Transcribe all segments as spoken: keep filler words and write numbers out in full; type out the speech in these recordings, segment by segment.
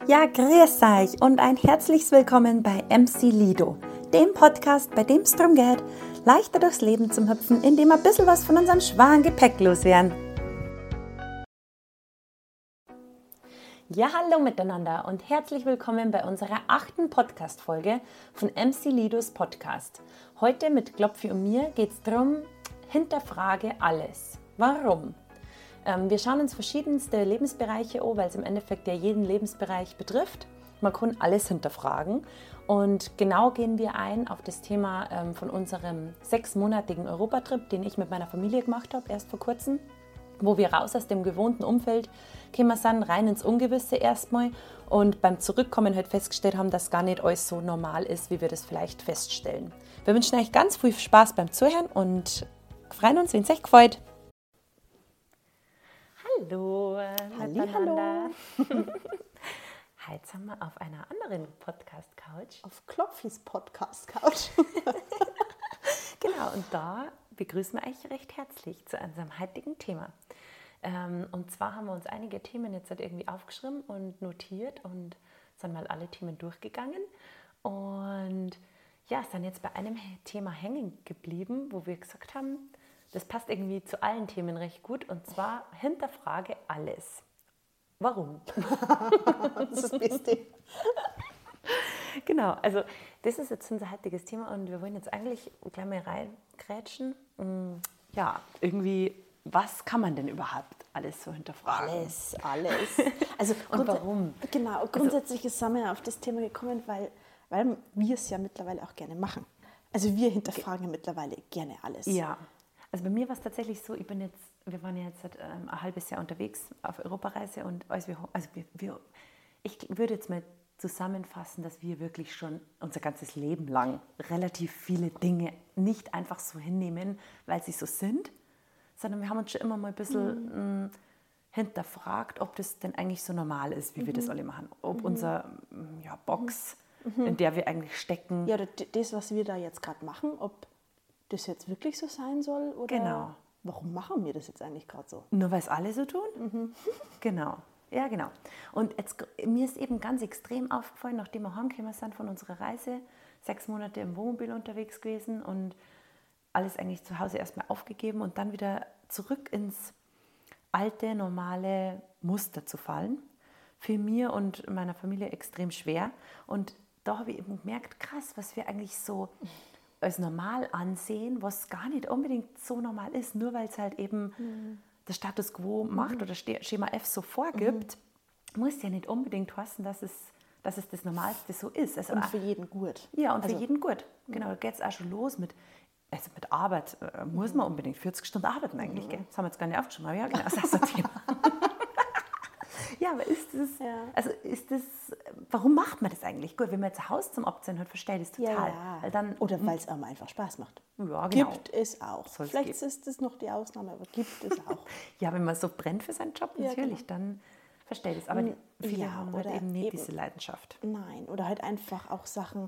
Ja, grüß euch und ein herzliches Willkommen bei M C Lido, dem Podcast, bei dem es darum geht, leichter durchs Leben zu hüpfen, indem wir ein bisschen was von unserem schweren Gepäck loswerden. Ja, hallo miteinander und herzlich willkommen bei unserer achten Podcast-Folge von M C Lidos Podcast. Heute mit Klopfi und mir geht es darum, hinterfrage alles. Warum? Ähm, wir schauen uns verschiedenste Lebensbereiche an, weil es im Endeffekt ja jeden Lebensbereich betrifft. Man kann alles hinterfragen und genau gehen wir ein auf das Thema ähm, von unserem sechsmonatigen Europatrip, den ich mit meiner Familie gemacht habe, erst vor kurzem, wo wir raus aus dem gewohnten Umfeld gekommen sind, rein ins Ungewisse erstmal und beim Zurückkommen halt festgestellt haben, dass gar nicht alles so normal ist, wie wir das vielleicht feststellen. Wir wünschen euch ganz viel Spaß beim Zuhören und freuen uns, wenn es euch gefällt. Hallo miteinander. Heute sind wir auf einer anderen Podcast-Couch. Auf Klopfis Podcast-Couch. Genau, und da begrüßen wir euch recht herzlich zu unserem heutigen Thema. Ähm, und zwar haben wir uns einige Themen jetzt halt irgendwie aufgeschrieben und notiert und sind mal alle Themen durchgegangen. Und ja, sind jetzt bei einem Thema hängen geblieben, wo wir gesagt haben, das passt irgendwie zu allen Themen recht gut. Und zwar hinterfrage alles. Warum? Das ist das Beste. Genau, also das ist jetzt unser heutiges Thema und wir wollen jetzt eigentlich gleich mal reingrätschen. Ja, irgendwie, was kann man denn überhaupt alles so hinterfragen? Alles, alles. Also und warum? Genau, grundsätzlich ist Sammer auf das Thema gekommen, weil, weil wir es ja mittlerweile auch gerne machen. Also wir hinterfragen ja mittlerweile gerne alles. Ja, also bei mir war es tatsächlich so, ich bin jetzt, wir waren ja jetzt seit ähm, ein halbes Jahr unterwegs auf Europareise und als wir, also wir, wir, ich würde jetzt mal zusammenfassen, dass wir wirklich schon unser ganzes Leben lang relativ viele Dinge nicht einfach so hinnehmen, weil sie so sind, sondern wir haben uns schon immer mal ein bisschen mhm. mh, hinterfragt, ob das denn eigentlich so normal ist, wie mhm. wir das alle machen. Ob mhm. unsere ja, Box, mhm. in der wir eigentlich stecken. Ja, das, was wir da jetzt gerade machen, ob das jetzt wirklich so sein soll oder genau. Warum machen wir das jetzt eigentlich gerade so? Nur weil es alle so tun? Mhm. Genau. Ja, genau. Und jetzt, mir ist eben ganz extrem aufgefallen, nachdem wir heimgekommen sind von unserer Reise, sechs Monate im Wohnmobil unterwegs gewesen und alles eigentlich zu Hause erstmal aufgegeben und dann wieder zurück ins alte, normale Muster zu fallen. Für mir und meiner Familie extrem schwer. Und da habe ich eben gemerkt, krass, was wir eigentlich so als normal ansehen, was gar nicht unbedingt so normal ist, nur weil es halt eben mhm. der Status Quo macht mhm. oder Schema F so vorgibt, mhm. muss ja nicht unbedingt heißen, dass es, dass es das Normalste so ist. Also und auch, für jeden gut. Ja, und also, für jeden gut. Genau, da geht es auch schon los mit, also mit Arbeit. Äh, muss man unbedingt vierzig Stunden arbeiten eigentlich, mhm. gell? Das haben wir jetzt gar nicht aufgeschrieben, aber ja, genau, das ist das Thema. Ja, aber ist das, ja. also ist das, warum macht man das eigentlich? Gut, wenn man jetzt ein Haus zum Abziehen hat, verstehe ich das total. Ja, ja. Weil dann, oder weil es einem einfach Spaß macht. Ja, genau. Gibt es auch. Soll's Vielleicht geben. ist das noch die Ausnahme, aber gibt es auch. Ja, wenn man so brennt für seinen Job, natürlich, ja, genau. dann verstehe ich das. Aber die, viele ja, haben halt eben nicht eben, diese Leidenschaft. Nein, oder halt einfach auch Sachen,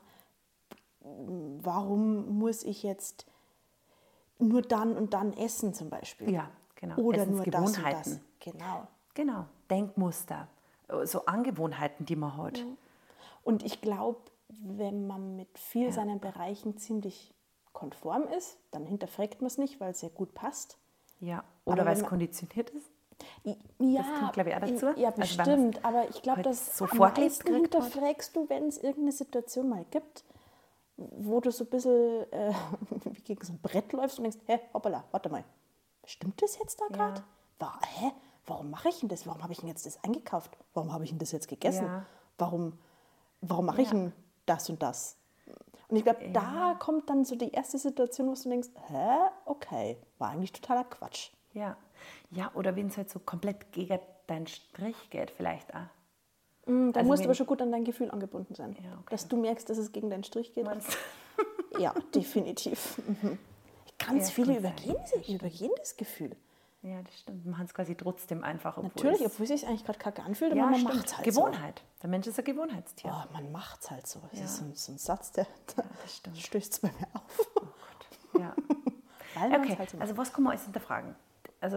warum muss ich jetzt nur dann und dann essen zum Beispiel? Ja, genau. Oder nur das und Gewohnheiten. das. Genau. Genau, Denkmuster, so Angewohnheiten, die man hat. Und ich glaube, wenn man mit vielen ja. seinen Bereichen ziemlich konform ist, dann hinterfragt man es nicht, weil es sehr gut passt. Ja, oder weil es konditioniert ist. Ja, das kommt, glaube ich, auch dazu. Ja, bestimmt. Also, aber ich glaube, halt dass so am meisten hinterfragst du, wenn es irgendeine Situation mal gibt, wo du so ein bisschen äh, wie gegen so ein Brett läufst und denkst, hä, hoppala, warte mal, stimmt das jetzt da gerade? Ja. Hä? Warum mache ich denn das? Warum habe ich denn jetzt das eingekauft? Warum habe ich denn das jetzt gegessen? Ja. Warum, warum mache ja. ich denn das und das? Und ich glaube, ja. da kommt dann so die erste Situation, wo du denkst, hä, okay, war eigentlich totaler Quatsch. Ja, ja, oder wenn es halt so komplett gegen deinen Strich geht, vielleicht auch. Mm, da also musst du aber schon gut an dein Gefühl angebunden sein. Ja, okay. Dass du merkst, dass es gegen deinen Strich geht. Meinst du? Ja, definitiv. Mhm. Ganz ja, viele übergehen, das, übergehen das Gefühl. Ja, das stimmt. Man hat es quasi trotzdem einfach. Obwohl Natürlich, obwohl es sich eigentlich gerade kacke anfühlt, ja, aber man macht es halt Gewohnheit. So. Der Mensch ist ein Gewohnheitstier. Oh, man macht es halt so. Das ja. ist so ein, so ein Satz, der ja, stößt es bei mir auf. Oh Gott. Ja. Weil okay, halt so also was kann man alles hinterfragen? Also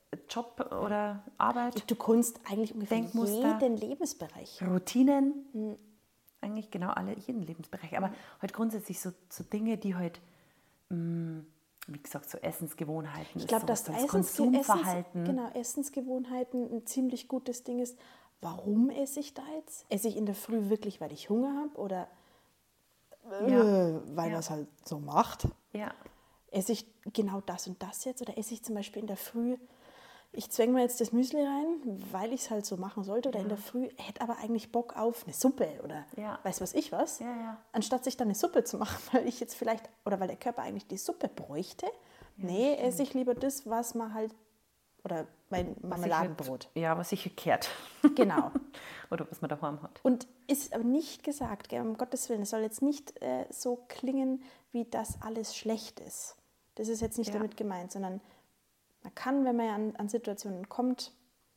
Job oder Arbeit. Du kannst eigentlich ungefähr Denkmuster. jeden Lebensbereich. Routinen. Mhm. Eigentlich genau alle, jeden Lebensbereich. Aber mhm. halt grundsätzlich so, so Dinge, die halt, mh, wie gesagt, so Essensgewohnheiten. Ich glaube, dass das Essens, Konsumverhalten. Essens, genau, Essensgewohnheiten ein ziemlich gutes Ding ist. Warum esse ich da jetzt? Esse ich in der Früh wirklich, weil ich Hunger habe oder äh, Ja. weil Ja. man es halt so macht? Ja. Esse ich genau das und das jetzt? Oder esse ich zum Beispiel in der Früh, ich zwänge mir jetzt das Müsli rein, weil ich es halt so machen sollte. Oder ja. in der Früh hätte aber eigentlich Bock auf eine Suppe oder ja. weiß was ich was. Ja, ja. Anstatt sich dann eine Suppe zu machen, weil ich jetzt vielleicht, oder weil der Körper eigentlich die Suppe bräuchte. Ja, nee, esse ich lieber das, was man halt, oder mein Marmeladenbrot. Halt, ja, was sich gekehrt. Genau. Oder was man daheim hat. Und ist aber nicht gesagt, gell, um Gottes Willen, es soll jetzt nicht äh, so klingen, wie das alles schlecht ist. Das ist jetzt nicht ja. damit gemeint, sondern man kann, wenn man an, an Situationen kommt,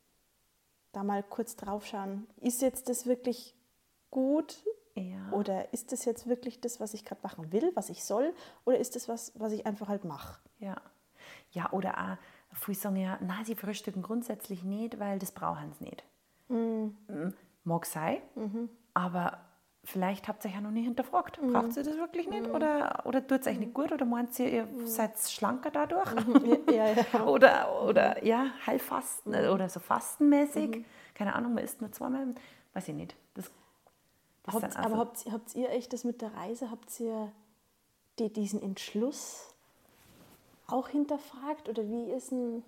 da mal kurz drauf schauen, ist jetzt das wirklich gut ja. oder ist das jetzt wirklich das, was ich gerade machen will, was ich soll, oder ist das was, was ich einfach halt mache? Ja. Ja, oder auch, viele sagen ja, nein, sie frühstücken grundsätzlich nicht, weil das brauchen sie nicht. Mhm. Mag sein, mhm. aber vielleicht habt ihr euch ja noch nie hinterfragt. Mhm. Braucht ihr das wirklich nicht? Mhm. Oder, oder tut es euch nicht gut? Oder meint ihr, ihr mhm. seid schlanker dadurch? Mhm. Ja, ja. oder oder ja, Heilfasten mhm. oder so fastenmäßig. Mhm. Keine Ahnung, man isst nur zweimal. Weiß ich nicht. Das, das habt, aber habt, habt ihr echt das mit der Reise, habt ihr die, diesen Entschluss auch hinterfragt? Oder wie ist denn,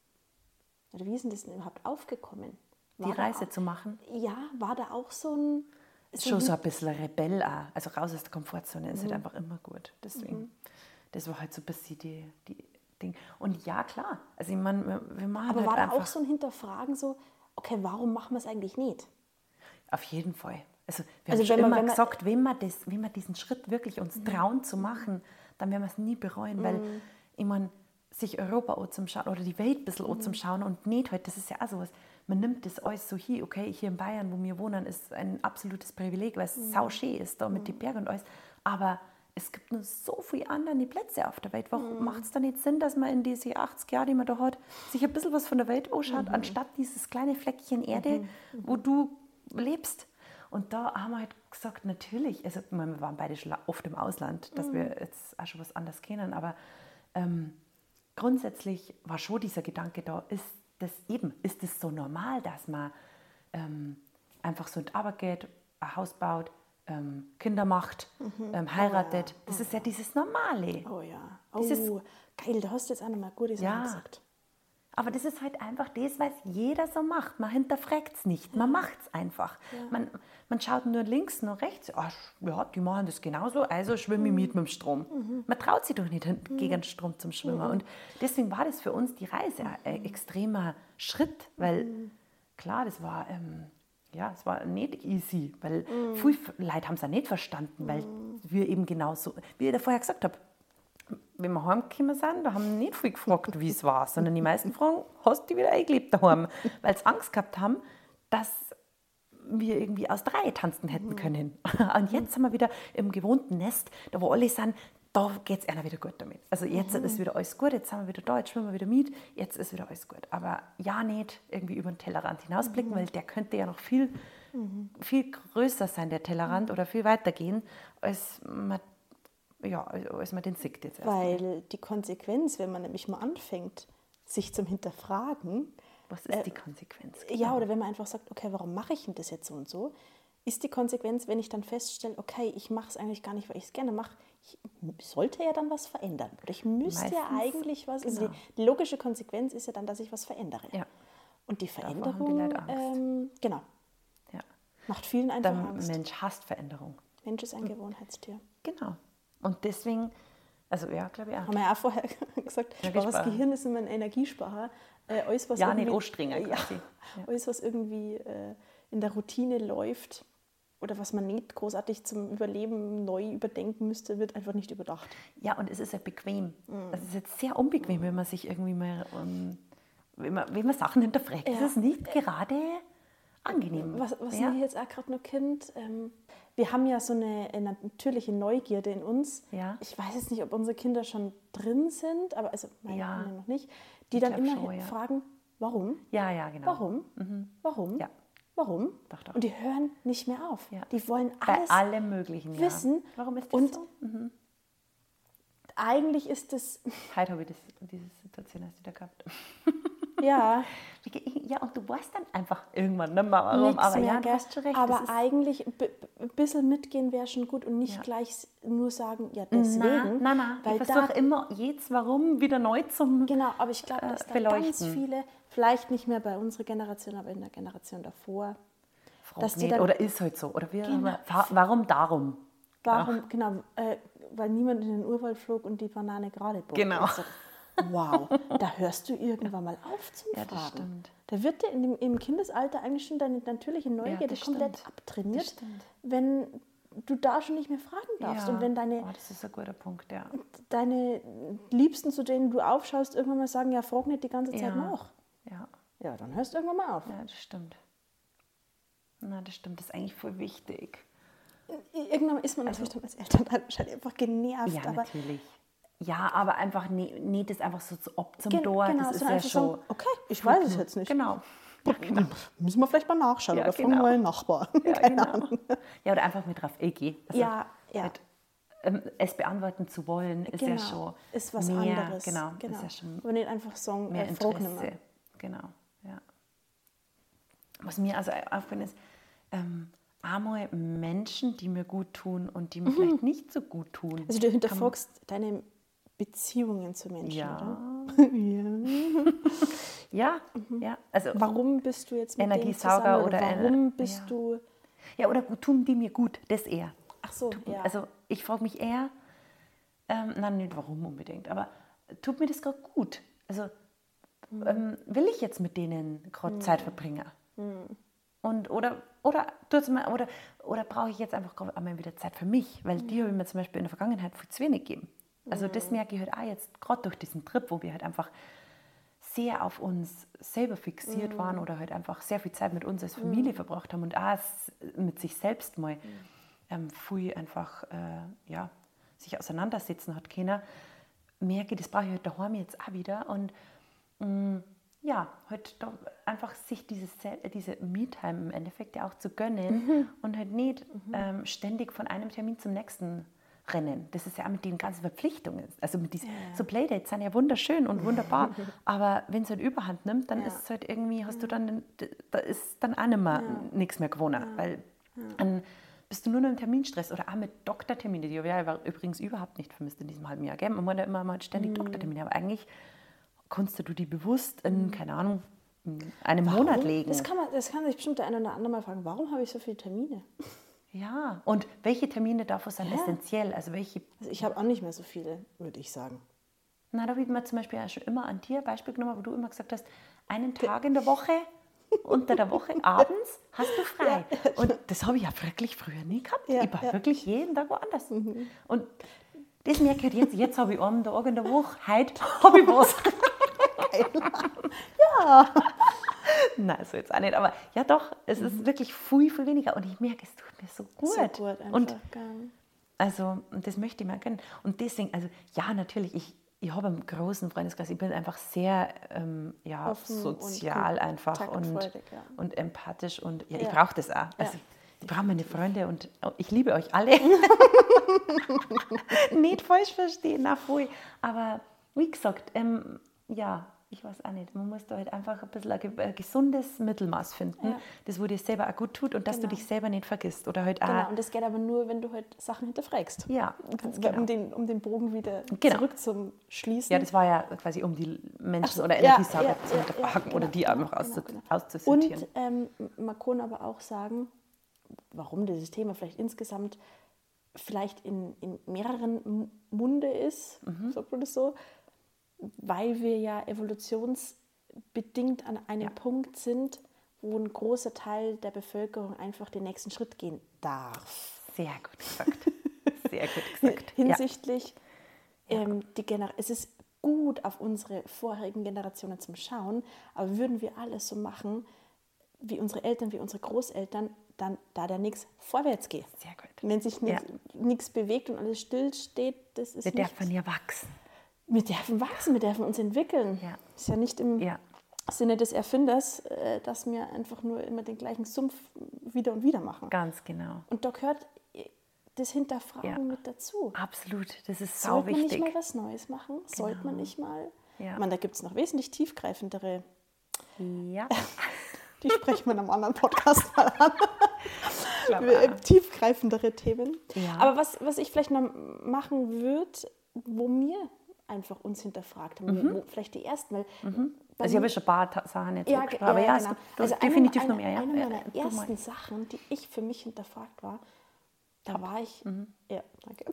oder wie ist denn das denn überhaupt aufgekommen? War die Reise auch, zu machen? Ja, war da auch so ein... So schon so ein bisschen Rebell auch. Also raus aus der Komfortzone mhm. ist halt einfach immer gut. Deswegen, mhm. das war halt so ein bisschen die, die Ding. Und ja, klar. Also ich meine, wir, wir machen Aber halt war da einfach, auch so ein Hinterfragen so, okay, warum machen wir es eigentlich nicht? Auf jeden Fall. Also wir also haben schon wenn immer man, wenn gesagt, wenn wir, das, wenn wir diesen Schritt wirklich uns mhm. trauen zu machen, dann werden wir es nie bereuen. Mhm. Weil ich meine, sich Europa anzuschauen oder die Welt ein bisschen mhm. anzuschauen und nicht halt, das ist ja auch sowas. Man nimmt das alles so hier, okay, hier in Bayern, wo wir wohnen, ist ein absolutes Privileg, weil es mhm. sauschön ist, da mit mhm. den Bergen und alles. Aber es gibt nur so viele andere Plätze auf der Welt. Warum mhm. macht es dann nicht Sinn, dass man in diese achtzig Jahre, die man da hat, sich ein bisschen was von der Welt anschaut, mhm. anstatt dieses kleine Fleckchen Erde, mhm. wo du lebst? Und da haben wir halt gesagt, natürlich, also ich meine, wir waren beide schon oft im Ausland, dass mhm. wir jetzt auch schon was anderes kennen, aber ähm, grundsätzlich war schon dieser Gedanke da, ist das eben, ist es so normal, dass man ähm, einfach so in die Arbeit geht, ein Haus baut, ähm, Kinder macht, mhm. ähm, heiratet. Oh ja. Das oh ist ja, ja dieses Normale. Oh ja. Oh, dieses, geil, da hast du jetzt auch nochmal gute Sachen ja. gesagt. Aber das ist halt einfach das, was jeder so macht. Man hinterfragt es nicht, man macht es einfach. Ja. Man, man schaut nur links, nur rechts. Ach, ja, die machen das genauso, also schwimme ich mhm. mit mit dem Strom. Mhm. Man traut sich doch nicht mhm. gegen den Strom zum Schwimmen. Mhm. Und deswegen war das für uns die Reise mhm. ein extremer Schritt, weil mhm. klar, das war, ähm, ja, es war nicht easy, weil mhm. viele Leute haben es auch nicht verstanden, weil mhm. wir eben genauso, wie ich da vorher gesagt habe, wenn wir heimgekommen sind, da haben nicht viele gefragt, wie es war, sondern die meisten fragen, hast du wieder eingelebt daheim? Weil sie Angst gehabt haben, dass wir irgendwie aus der Reihe tanzen hätten können. Und jetzt sind wir wieder im gewohnten Nest, da wo alle sind, da geht es einer wieder gut damit. Also jetzt mhm. ist wieder alles gut, jetzt sind wir wieder da, jetzt schwimmen wir wieder mit, jetzt ist wieder alles gut. Aber ja, nicht irgendwie über den Tellerrand hinausblicken, mhm. weil der könnte ja noch viel, mhm. viel größer sein, der Tellerrand, mhm. oder viel weiter gehen, als man Ja, als man den sieht jetzt erst. Weil die Konsequenz, wenn man nämlich mal anfängt, sich zum Hinterfragen. Was ist äh, die Konsequenz? Genau. Ja, oder wenn man einfach sagt, okay, warum mache ich denn das jetzt so und so? Ist die Konsequenz, wenn ich dann feststelle, okay, ich mache es eigentlich gar nicht, weil ich es gerne mache, ich sollte ja dann was verändern. Oder ich müsste Meistens, ja eigentlich was. Genau. Also die logische Konsequenz ist ja dann, dass ich was verändere. Ja. Und die Veränderung, die ähm, genau, ja. macht vielen einfach der Angst. Der Mensch hasst Veränderung. Mensch ist ein Gewohnheitstier. Genau. Und deswegen, also ja, glaube ich auch. Haben wir ja auch vorher gesagt, das Gehirn ist immer ein Energiesparer. Äh, alles, was ja, nicht anstrengend quasi. Ja, ja. Alles, was irgendwie äh, in der Routine läuft oder was man nicht großartig zum Überleben neu überdenken müsste, wird einfach nicht überdacht. Ja, und es ist ja bequem. Mm. Es ist jetzt sehr unbequem, mm. wenn man sich irgendwie mal, um, wenn, man, wenn man Sachen hinterfragt. Ja. Das ist nicht gerade angenehm. Was, was ja? mir jetzt auch gerade noch Kind, ähm, wir haben ja so eine, eine natürliche Neugierde in uns. Ja. Ich weiß jetzt nicht, ob unsere Kinder schon drin sind, aber also meine ja. Kinder noch nicht. die Ich dann glaub immer schon, ja. fragen, warum? Ja, ja, genau. Warum? Warum? Ja. Warum? Doch, doch. Und die hören nicht mehr auf. Ja. Die wollen Bei alles allem Möglichen, ja. wissen. Warum ist das und so? eigentlich ist es, Heute habe ich das, diese Situation erst wieder gehabt. ja, Ja, und du weißt dann einfach irgendwann nicht mehr warum. nichts Aber mehr, ja, du gell? hast schon recht. Aber das ist, eigentlich ein bi- ein bisschen mitgehen wäre schon gut und nicht Ja. gleich nur sagen, ja nein, deswegen. nein, nein. Weil Ich da, versuche immer jedes Warum wieder neu zum genau, aber ich glaube, äh, dass da beleuchten. ganz viele, vielleicht nicht mehr bei unserer Generation, aber in der Generation davor, Frag dass die nicht, dann- oder ist halt so. Oder wir, Genau. wa- warum darum? warum, genau, äh, weil niemand in den Urwald flog und die Banane gerade bog. Genau. Ich sag, wow, da hörst du irgendwann mal auf zum Ja, das Fragen. stimmt. Da wird dir in dem, im Kindesalter eigentlich schon deine natürliche Neugierde das komplett stimmt. abtrainiert, Das stimmt. wenn du da schon nicht mehr fragen darfst. Ja. Und wenn deine, Oh, das ist ein guter Punkt, ja. deine Liebsten, zu denen du aufschaust, irgendwann mal sagen, ja, frag nicht die ganze Zeit Ja. nach. Ja. Ja, dann hörst du irgendwann mal auf. Ja, das stimmt. Na, das stimmt. Das ist eigentlich voll wichtig. Irgendwann ist man natürlich dann als Eltern dann wahrscheinlich einfach genervt. Also Ja, aber natürlich. Ja, aber einfach nie, nie das einfach so zu- ob zum Gen- Tor. genau, das ist sondern ja einfach schon. sagen, okay, ich weiß es jetzt nicht. Genau. Müssen wir vielleicht mal nachschauen Ja, oder fragen genau. mal einen Nachbar. Ja, Keine genau. Ahnung. Ja, oder einfach mit drauf eingehen. Also Ja, ja. Halt, ähm, es beantworten zu wollen, ist ja Genau, schon ist was mehr, anderes. Genau, genau. ist ja schon Aber nicht einfach sagen, mehr äh, frag nicht Interesse. mehr. Genau, ja. Was mir also aufgefallen ist, ähm, einmal Menschen, die mir gut tun und die mir vielleicht nicht so gut tun. Mhm. Also du hinterfragst deine Beziehungen zu Menschen, Ja. oder? ja. Ja, ja. Also, Warum bist du jetzt mit denen Energiesauger zusammen? oder Oder eine- warum bist ja. du... ja, oder gut, tun die mir gut, das eher. Ach so, ja. Also ich frage mich eher, ähm, nein, nicht warum unbedingt, aber tut mir das gerade gut? Also ähm, will ich jetzt mit denen gerade Zeit verbringen? Und, oder oder, tut's mal, oder, oder brauche ich jetzt einfach gerade einmal wieder Zeit für mich? Weil die habe ich mir zum Beispiel in der Vergangenheit viel zu wenig gegeben. Also das merke ich halt auch jetzt gerade durch diesen Trip, wo wir halt einfach sehr auf uns selber fixiert waren oder halt einfach sehr viel Zeit mit uns als Familie verbracht haben und auch s- mit sich selbst mal ähm, viel einfach äh, ja, sich auseinandersetzen hat können, merke ich, das brauche ich halt daheim jetzt auch wieder und mh, ja, halt da einfach sich dieses, Sel- diese Me-Time im Endeffekt ja auch zu gönnen und halt nicht ähm, ständig von einem Termin zum nächsten rennen. Das ist ja auch mit den ganzen Verpflichtungen. Also mit diesen, so Playdates sind ja wunderschön und wunderbar, aber wenn es halt Überhand nimmt, dann Ja. ist es halt irgendwie, hast du dann, den- da ist dann auch nicht mehr, nichts mehr gewonnen, weil dann bist du nur noch im Terminstress oder auch mit Doktorterminen, die habe ich ja übrigens überhaupt nicht vermisst in diesem halben Jahr. Gell? Man hat ja immer mal ständig Doktortermine, aber eigentlich kannst du die bewusst in, keine Ahnung, in einem Monat legen. Das kann, man, das kann sich bestimmt der eine oder andere mal fragen, warum habe ich so viele Termine? Ja, und welche Termine davon sind Ja. essentiell? Also welche Also ich habe auch nicht mehr so viele, würde ich sagen. Na, da habe ich mir zum Beispiel ja schon immer an dir ein Beispiel genommen, wo du immer gesagt hast, einen Tag in der Woche, unter der Woche, abends hast du frei. Und das habe ich ja wirklich früher nie gehabt. Ja, ich war ja. wirklich jeden Tag woanders. Und das merke ich halt jetzt. Jetzt habe ich einen Tag in der Woche, heute habe ich was. Ja. Nein, so jetzt auch nicht. Aber ja doch, es ist wirklich viel, viel weniger. Und ich merke, es tut mir so gut. So gut einfach. Und gell. also, und das möchte ich mir gönnen. Und deswegen, also ja, natürlich, ich, ich habe einen großen Freundeskreis. Ich bin einfach sehr ähm, ja, Offen sozial und einfach und, kontaktfreudig, ja. und empathisch. Und ja, ich Ja. brauche das auch. Also, Ja. ich brauche meine Freunde und oh, ich liebe euch alle. Nicht falsch verstehen, na voll. Aber wie gesagt, ähm, ja, ich weiß auch nicht. Man muss da halt einfach ein bisschen ein, ge- ein gesundes Mittelmaß finden, Ja. das wo dir selber auch gut tut und dass Genau. du dich selber nicht vergisst. Oder halt auch, Genau, und das geht aber nur, wenn du halt Sachen hinterfragst. ja, ganz Um, genau. den, um den Bogen wieder Genau. zurück zum Schließen. Ja, das war ja quasi, um die Menschen so, oder ja, Energiesauger ja, zu ja, hinterfragen ja, oder genau, die genau, einfach auszu genau, genau. auszusortieren. Und ähm, man kann aber auch sagen, warum dieses Thema vielleicht insgesamt vielleicht in, in mehreren M- Munde ist, Mhm. sagt man das so, weil wir ja evolutionsbedingt an einem Ja. Punkt sind, wo ein großer Teil der Bevölkerung einfach den nächsten Schritt gehen darf. Sehr gut gesagt. Sehr gut gesagt. Hinsichtlich, ähm, die Gener es ist gut, auf unsere vorherigen Generationen zu schauen, aber würden wir alles so machen, wie unsere Eltern, wie unsere Großeltern, dann da da nichts vorwärts geht. Ja, sehr gut. Wenn sich nichts Ja. nichts bewegt und alles still steht, das ist Wir nicht... dürfen ja wachsen. wir dürfen wachsen, wir dürfen uns entwickeln. Ja. Ist ja nicht im Ja. Sinne des Erfinders, äh, dass wir einfach nur immer den gleichen Sumpf wieder und wieder machen. Ganz genau. Und da gehört das Hinterfragen Ja. mit dazu. Absolut, das ist sau Sollte man wichtig. nicht mal was Neues machen? Sollte man nicht mal... Ja. Ich meine, da gibt es noch wesentlich tiefgreifendere, Ja. die sprechen wir in einem anderen Podcast mal an, glaube auch. tiefgreifendere Themen. Ja. Aber was, was ich vielleicht noch machen würde, wo wir einfach uns hinterfragt haben, Mhm. wo vielleicht die ersten, weil... bei Also ich habe mir- schon ein paar Ta- Sachen jetzt Ja, angesprochen, ge- ja, aber ja, es genau. gibt Also eine- definitiv eine, noch mehr. Ja. Eine meiner Äh, du mal. ersten Sachen, die ich für mich hinterfragt war, da war ich, Mhm. ja, danke,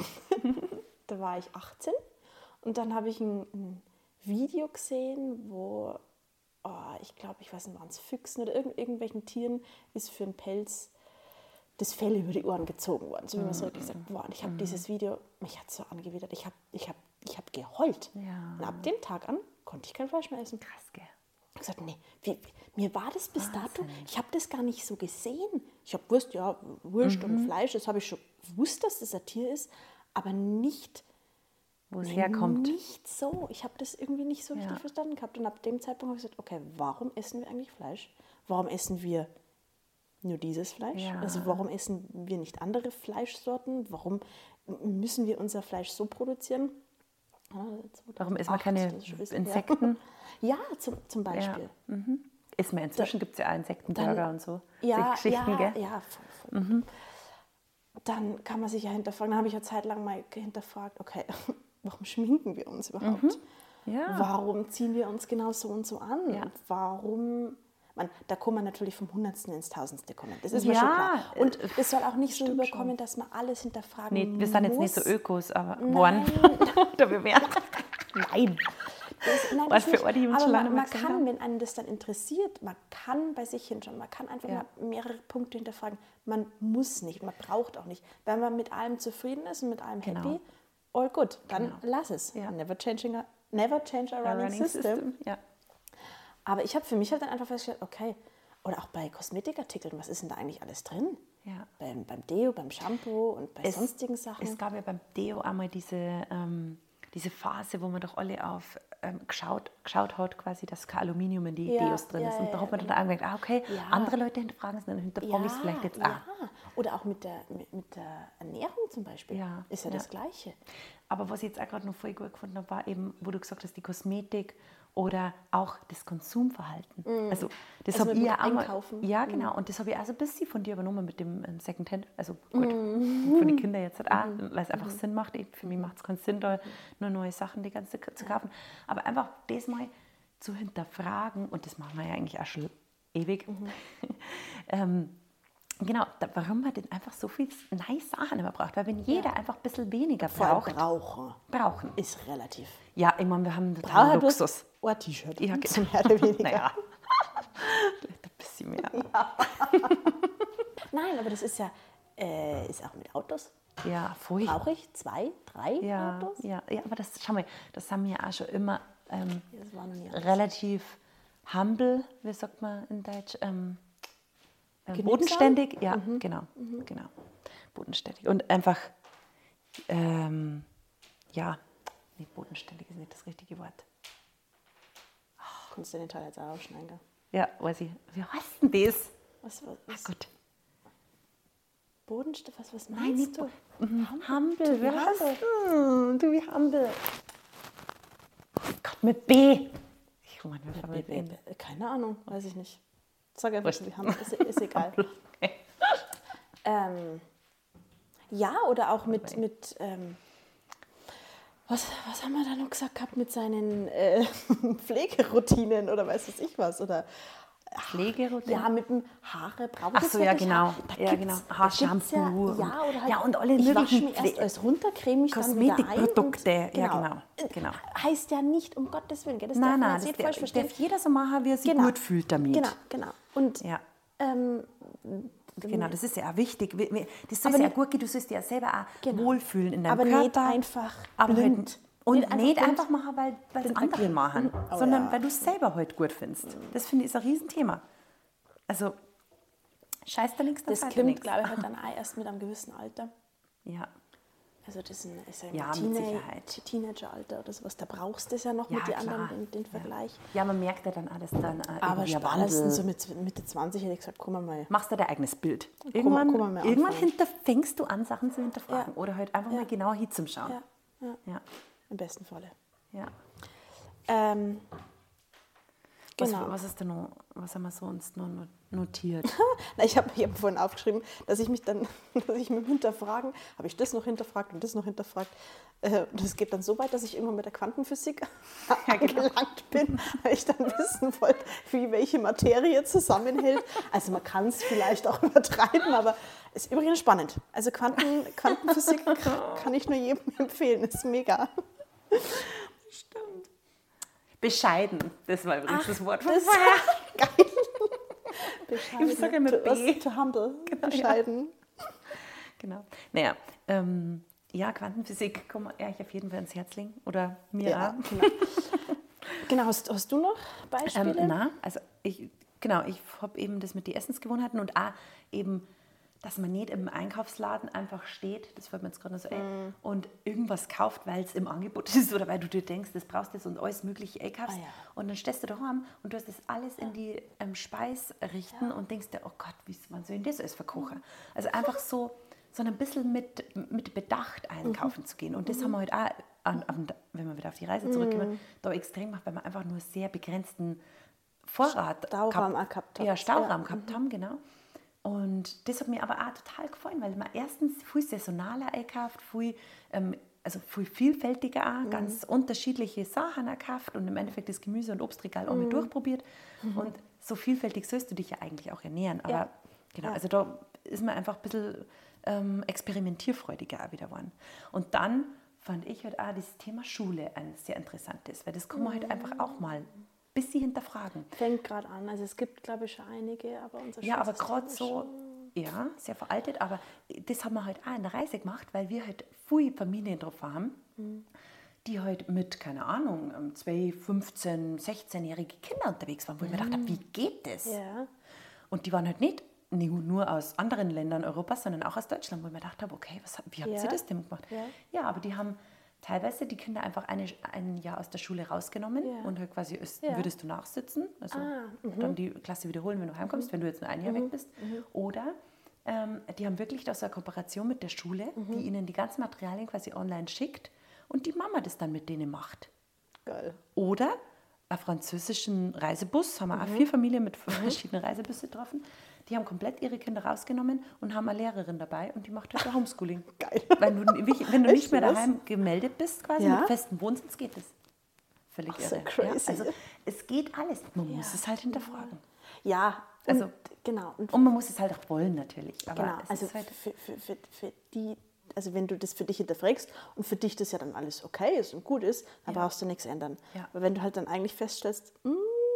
da war ich achtzehn und dann habe ich ein, ein Video gesehen, wo, oh, ich glaube, ich weiß nicht, waren es Füchsen oder irgend, irgendwelchen Tieren, ist für einen Pelz das Fell über die Ohren gezogen worden. So wie man es wirklich sagt. Boah, und ich habe dieses Video, mich hat es so angewidert, ich habe ich hab, ich hab geheult. Ja. Und ab dem Tag an konnte ich kein Fleisch mehr essen. Krass, gell? Ich habe gesagt, nee, wie, wie, mir war das bis dato, ich habe das gar nicht so gesehen. Ich habe gewusst, ja, Wurst Mhm. und Fleisch, das habe ich schon gewusst, dass das ein Tier ist, aber nicht, Wo es nee, herkommt. nicht so. Ich habe das irgendwie nicht so richtig Ja. verstanden gehabt. Und ab dem Zeitpunkt habe ich gesagt, okay, warum essen wir eigentlich Fleisch? Warum essen wir nur dieses Fleisch? Ja. Also warum essen wir nicht andere Fleischsorten? Warum müssen wir unser Fleisch so produzieren? Ah, Warum essen wir zweitausendacht, keine das ist schon ein bisschen- Insekten? Ja, zum, zum Beispiel. Ja. Mhm. Ist mir inzwischen gibt es ja auch Insektenburger Dann- und so. Ja, Solche Geschichten, ja, gell? ja, voll, voll. Dann kann man sich ja hinterfragen, dann habe ich ja zeitlang mal hinterfragt, okay, warum schminken wir uns überhaupt? Ja. Warum ziehen wir uns genau so und so an? Ja. Warum? Man, da kann man natürlich vom Hundertsten ins Tausendste kommen. Das ist mir Ja, schon klar. Und äh, es soll auch nicht so stimmt überkommen, dass man alles hinterfragen Nee, wir sind jetzt nicht muss. so Ökos, aber Nein. waren. Oder wir wären. Nein. Das, nein, Was das für nicht. Orte, die uns Aber schon lange man, mal man gesehen kann, haben. wenn einen das dann interessiert, man kann bei sich hinschauen, man kann einfach Ja. mal mehrere Punkte hinterfragen. Man muss nicht, man braucht auch nicht. Wenn man mit allem zufrieden ist und mit allem Genau. happy, all good, dann Genau. lass es. Ja. Never, changing a, never change a running, Running system. System. Ja. Aber ich habe für mich halt dann einfach festgestellt, okay, oder auch bei Kosmetikartikeln, was ist denn da eigentlich alles drin? Ja. Beim, beim Deo, beim Shampoo und bei Es- sonstigen Sachen. Es gab ja beim Deo einmal diese, ähm, diese Phase, wo man doch alle auf ähm, geschaut, geschaut hat, quasi, dass kein Aluminium in die Ja, Deos drin ja, ist. Und ja, da hat man ja, dann auch gemerkt, ah, okay, Ja. andere Leute hinterfragen es, dann hinterfrage ich es vielleicht jetzt auch. ja. Oder auch mit der, mit, mit der Ernährung zum Beispiel. Ja, Ist ja, ja. das Gleiche. Aber was ich jetzt auch gerade noch voll gut gefunden habe, war eben, wo du gesagt hast, die Kosmetik oder auch das Konsumverhalten. Also das Also habe mit ich ja auch mal, Einkaufen. ja genau, und das habe ich auch so ein bisschen von dir übernommen mit dem ähm, Secondhand. Also gut, von den Kindern jetzt halt auch, weil es einfach Sinn macht. Ich, für mich macht es keinen Sinn, da nur neue Sachen die ganze Zeit zu kaufen. Aber einfach das mal zu hinterfragen, und das machen wir ja eigentlich auch schon ewig, ähm, genau, da, warum man denn einfach so viel nice Sachen immer braucht. Weil wenn jeder einfach ein bisschen weniger Vor allem braucht, brauchen brauchen. ist relativ. Ja, ich meine, wir haben Braucht total halt bloß Luxus. ein T-Shirt. Ja, Zum genau. mehr oder weniger. Naja, vielleicht ein bisschen mehr. Nein, aber das ist ja äh, ist auch mit Autos. Ja, voll. Brauche ich zwei, drei Ja, Autos? ja, ja, aber das, schau mal, das haben wir ja auch schon immer ähm, Das war noch nie anders. relativ humble, wie sagt man in Deutsch, ähm, äh, Genügsam? bodenständig. Ja, genau, genau, bodenständig. Und einfach, ähm, ja, nee, bodenständig ist nicht das richtige Wort. Kannst du den Teil jetzt auch aufschneiden, gell? Ja, weiß ich. Wie heißt denn das? Was, was, was Gut. Bodenstift, was, was Nein, meinst nicht du? Humble, wie wie heißt humble. hm, du wie humble. Gott, mit B. Ich meine, wir fangen mit Äh, B. äh, Keine Ahnung, weiß ich nicht. Sag einfach, Wurscht. wir haben, ist, ist egal. Okay. Ähm, ja, oder auch mit, mit ähm, was, was haben wir da noch gesagt gehabt mit seinen äh, Pflegeroutinen oder weiß was ich was? Oder Pflegeroutine? ja, mit dem Haare brauche Ach so, ja, genau. Ja, genau. Haarshampoo. Ja, ja, oder halt, Ja, und alle ich wasche möglichen mich erst Pfle- alles runter, creme mich dann wieder ein. Kosmetikprodukte, und- ja, genau, genau. Heißt ja nicht, um Gottes Willen, gell? Das Nein, darf man nein, jetzt das nicht darf, falsch verstehen. darf jeder so machen, wie er sich Genau. gut fühlt damit. Genau, genau. Und Ja. ähm, Genau, das ist ja auch wichtig. Wir- wir- Das soll Aber ja nicht- gut gehen, du sollst dir ja selber auch Genau. wohlfühlen in deinem aber Körper. nicht einfach aber blind. Halt, und Nicht nicht einfach einfach, blind. machen, weil weil es Blind andere agieren. machen, Oh, sondern ja. weil du es selber halt gut findest. Das finde ich ist ein Riesenthema. Also, scheiß da nichts, das dann kommt, nichts. glaube ich, halt dann auch erst mit einem gewissen Alter. Ja, Also das ist, ein, ist ja, Ja, mit Teenage, Sicherheit. Teenageralter oder sowas, da brauchst du es ja noch Ja, mit den klar. anderen, den, den Vergleich. Ja, man merkt ja dann alles dann äh, Aber irgendwie ein spätestens so Wandel. mit Mitte zwanzig hätte ich gesagt, komm mal. Machst du dein eigenes Bild. Guck mal- Irgendwann, guck mal mal irgendwann anfangen. hinter, fängst du an, Sachen zu hinterfragen. Ja. Oder halt einfach Ja. mal genau hinzuschauen. Ja, ja, Ja. im besten Falle. Ja. Ähm, Was, genau. was ist denn noch, was haben wir so uns noch not- notiert? Na, ich habe ich hab vorhin aufgeschrieben, dass ich mich dann, dass ich mit dem Hinterfragen, habe ich das noch hinterfragt und das noch hinterfragt. Äh, Das geht dann so weit, dass ich irgendwann mit der Quantenphysik angelangt bin, weil ich dann wissen wollte, wie welche Materie zusammenhält. Also man kann es vielleicht auch übertreiben, aber es ist übrigens spannend. Also Quanten, Quantenphysik kann ich nur jedem empfehlen, ist mega. Stimmt. Bescheiden, das war übrigens das Wort von Das vorher. geil. Bescheiden. Ich sage immer to, B. to humble, Genau, ja. bescheiden. Genau. Naja, ähm, ja, Quantenphysik kann man euch auf jeden Fall ins Herz legen. Oder mir Ja, auch. genau. Genau, hast, hast du noch Beispiele? Ähm, na, also ich, genau, ich habe eben das mit den Essensgewohnheiten und auch eben, dass man nicht im Einkaufsladen einfach steht, das fällt mir jetzt gerade noch so ein, und irgendwas kauft, weil es im Angebot ist oder weil du dir denkst, das brauchst du jetzt und alles mögliche einkaufst. Ah, ja. Und dann stehst du daheim und du hast das alles in die ähm, Speis richten und denkst dir, oh Gott, wie wann soll ich das alles verkochen? Also einfach so, so ein bisschen mit, mit Bedacht einkaufen zu gehen. Und das haben wir heute auch, an, an, wenn wir wieder auf die Reise zurückkommen, da extrem gemacht, weil wir einfach nur sehr begrenzten Vorrat Stauraum auch gehabt habt. Ja, Stauraum Ja. gehabt haben, genau. Und das hat mir aber auch total gefallen, weil man erstens viel saisonaler einkauft, viel, ähm, also viel vielfältiger auch, ganz unterschiedliche Sachen einkauft und im Endeffekt das Gemüse- und Obstregal auch mal durchprobiert. Und so vielfältig sollst du dich ja eigentlich auch ernähren. Aber Ja. genau, Ja. also da ist man einfach ein bisschen ähm, experimentierfreudiger auch wieder geworden. Und dann fand ich halt auch das Thema Schule ein sehr interessantes, weil das kann man halt einfach auch mal ein bisschen hinterfragen. Fängt gerade an. Also es gibt, glaube ich, schon einige, aber unser Ja, aber Schulsystem gerade ist so, schon- ja, sehr veraltet, aber das haben wir halt auch in der Reise gemacht, weil wir halt viele Familien drauf haben, die halt mit, keine Ahnung, ähm, zwei, fünfzehn, sechzehnjährige Kinder unterwegs waren, wo ich mir gedacht habe, wie geht das? Ja. Und die waren halt nicht nur nur aus anderen Ländern Europas, sondern auch aus Deutschland, wo ich mir gedacht habe, okay, was, wie habt Ja. ihr das denn gemacht? Ja. Ja, aber die haben teilweise die Kinder einfach eine, ein Jahr aus der Schule rausgenommen Ja. und halt quasi, ist, Ja. würdest du nachsitzen, also Ah, dann die Klasse wiederholen, wenn du heimkommst, wenn du jetzt nur ein Jahr weg bist. Oder ähm, die haben wirklich da so eine Kooperation mit der Schule, die ihnen die ganzen Materialien quasi online schickt und die Mama das dann mit denen macht. Geil. Oder einen französischen Reisebus, haben wir auch vier Familien mit verschiedenen Reisebussen getroffen. Die haben komplett ihre Kinder rausgenommen und haben eine Lehrerin dabei und die macht halt Homeschooling. Geil. Weil du, wenn du Echt, nicht mehr was? daheim gemeldet bist, quasi Ja? mit festem Wohnsitz, geht es. Völlig Ach, so irre. crazy. Ja, also es geht alles. Man muss Ja. es halt hinterfragen. Ja, und, Also- genau. Und Und man muss es halt auch wollen natürlich. Aber genau, es also ist halt, für, für, für, für die, also wenn du das für dich hinterfragst und für dich das ja dann alles okay ist und gut ist, dann Ja. brauchst du nichts ändern. Ja. Aber wenn du halt dann eigentlich feststellst, mm,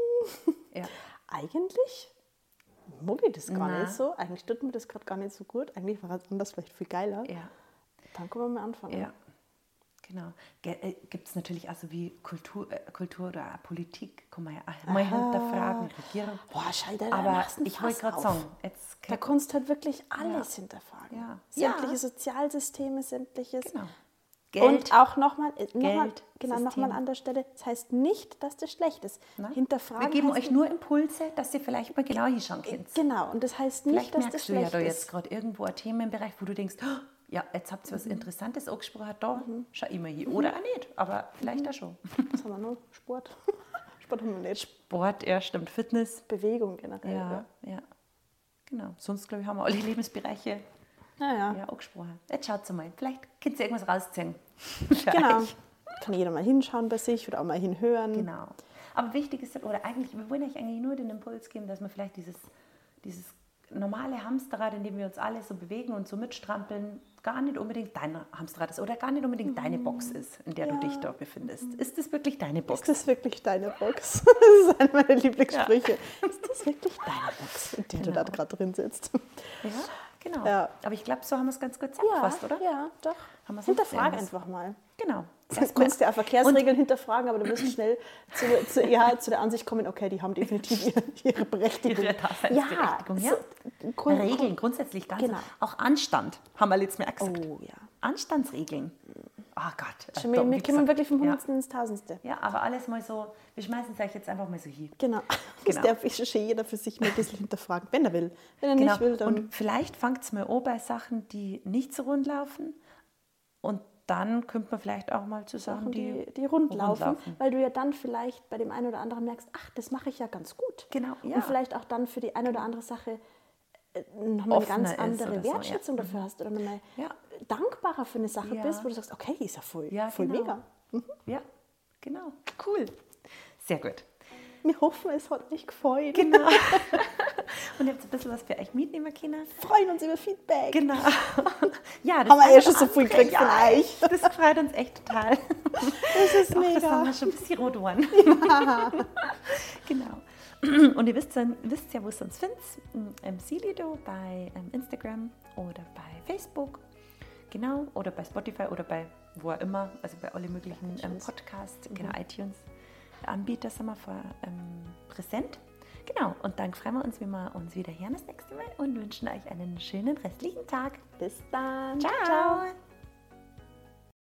ja. eigentlich mag ich das gar Na. nicht so, eigentlich tut mir das gerade gar nicht so gut, eigentlich war es anders vielleicht viel geiler, ja. dann können wir mal anfangen. Ja, genau. Gibt es natürlich auch so wie Kultur, äh, Kultur oder auch Politik, kann man ja auch mal hinterfragen, Regierung. Boah, Scheiße, da Aber machst du ein ich wollte Fass gerade auf. sagen, jetzt Da kannst du halt wirklich alles hinterfragen. Ja. Sämtliche Ja. Sozialsysteme, sämtliches. genau. Und auch nochmal, nochmal, Geld, genau, System. nochmal an der Stelle, das heißt nicht, dass das schlecht ist. Nein. Hinterfragen Wir geben heißt euch nur Impulse, dass ihr vielleicht mal genau hinschauen könnt. Genau, und das heißt nicht, Vielleicht dass das merkst du ja schlecht da ist. jetzt gerade irgendwo ein Themenbereich, wo du denkst, oh, ja, jetzt habt ihr was Interessantes angesprochen, da schau ich mal hin. Oder auch nicht, aber vielleicht auch schon. Was haben wir noch? Sport. Sport haben wir nicht. Sport, ja, stimmt, Fitness. Bewegung generell. Ja, ja. Genau. Sonst, glaube ich, haben wir alle Lebensbereiche Ja, ja. ja, angesprochen. Jetzt schaut mal, vielleicht könnt ihr irgendwas rausziehen. Genau. Vielleicht. Kann jeder mal hinschauen bei sich oder auch mal hinhören. Genau. Aber wichtig ist, oder eigentlich, wir wollen euch eigentlich nur den Impuls geben, dass wir vielleicht dieses, dieses normale Hamsterrad, in dem wir uns alle so bewegen und so mitstrampeln, gar nicht unbedingt dein Hamsterrad ist oder gar nicht unbedingt deine Box ist, in der Ja. du dich da befindest. Ist das wirklich deine Box? Ist das wirklich deine Box? Das ist einer meiner Lieblingssprüche. Ist das wirklich deine Box, in der du Genau. da gerade drin sitzt? Ja, genau. Ja. Aber ich glaube, so haben wir es ganz gut zusammengefasst, oder? Ja, doch. Haben wir's Hinterfrag noch einfach mal. Genau. Du kannst ja auch Verkehrsregeln hinterfragen, aber du wirst schnell zu, zu, ja, zu der Ansicht kommen, okay, die haben definitiv ihre, ihre Berechtigung. Ihre Daseinsberechtigung, ja. so, Grund- Regeln grundsätzlich ganz. Genau. Auch Anstand haben wir letztes Mal auch gesagt. Oh ja. Anstandsregeln. Oh Gott. Schon wir, wir kommen wirklich vom Hundertsten ja. ins Tausendste. Ja, aber alles mal so, wir schmeißen es euch jetzt einfach mal so hin. Genau. Das genau. darf ich schon jeder für sich mal ein bisschen hinterfragen, wenn er will. Wenn er genau. nicht will, dann... Und vielleicht fangt es mal an bei Sachen, die nicht so rund laufen. Und dann könnte man vielleicht auch mal zu Sachen, die, die, die rund, rund laufen, laufen. Weil du ja dann vielleicht bei dem einen oder anderen merkst, ach, das mache ich ja ganz gut. Genau, ja. Und vielleicht auch dann für die eine oder andere Sache nochmal eine ganz andere Wertschätzung so, ja. dafür hast oder nochmal ja. dankbarer für eine Sache ja. bist, wo du sagst, okay, ist ja voll, ja, voll genau. mega. Mhm. Ja, genau. Cool. Sehr gut. Wir hoffen, es hat euch gefallen. Genau. Und ihr habt ein bisschen was für euch mitnehmen können. Freuen uns über Feedback. Genau. Ja, das haben wir ja schon so viel gekriegt von euch. Das freut uns echt total. Das ist Auch, mega. das haben wir schon ein bisschen rot geworden. Ja. Genau. Und ihr wisst, wisst ja, wo es uns findet. M C Lido bei Instagram oder bei Facebook. Genau. Oder bei Spotify oder bei wo auch immer. Also bei allen möglichen ähm, Podcasts. Mhm. Genau, iTunes. Anbieter sind wir vor ähm, präsent. Genau. Und dann freuen wir uns, wenn wir uns wieder hören das nächste Mal und wünschen euch einen schönen restlichen Tag. Bis dann. Ciao. Ciao.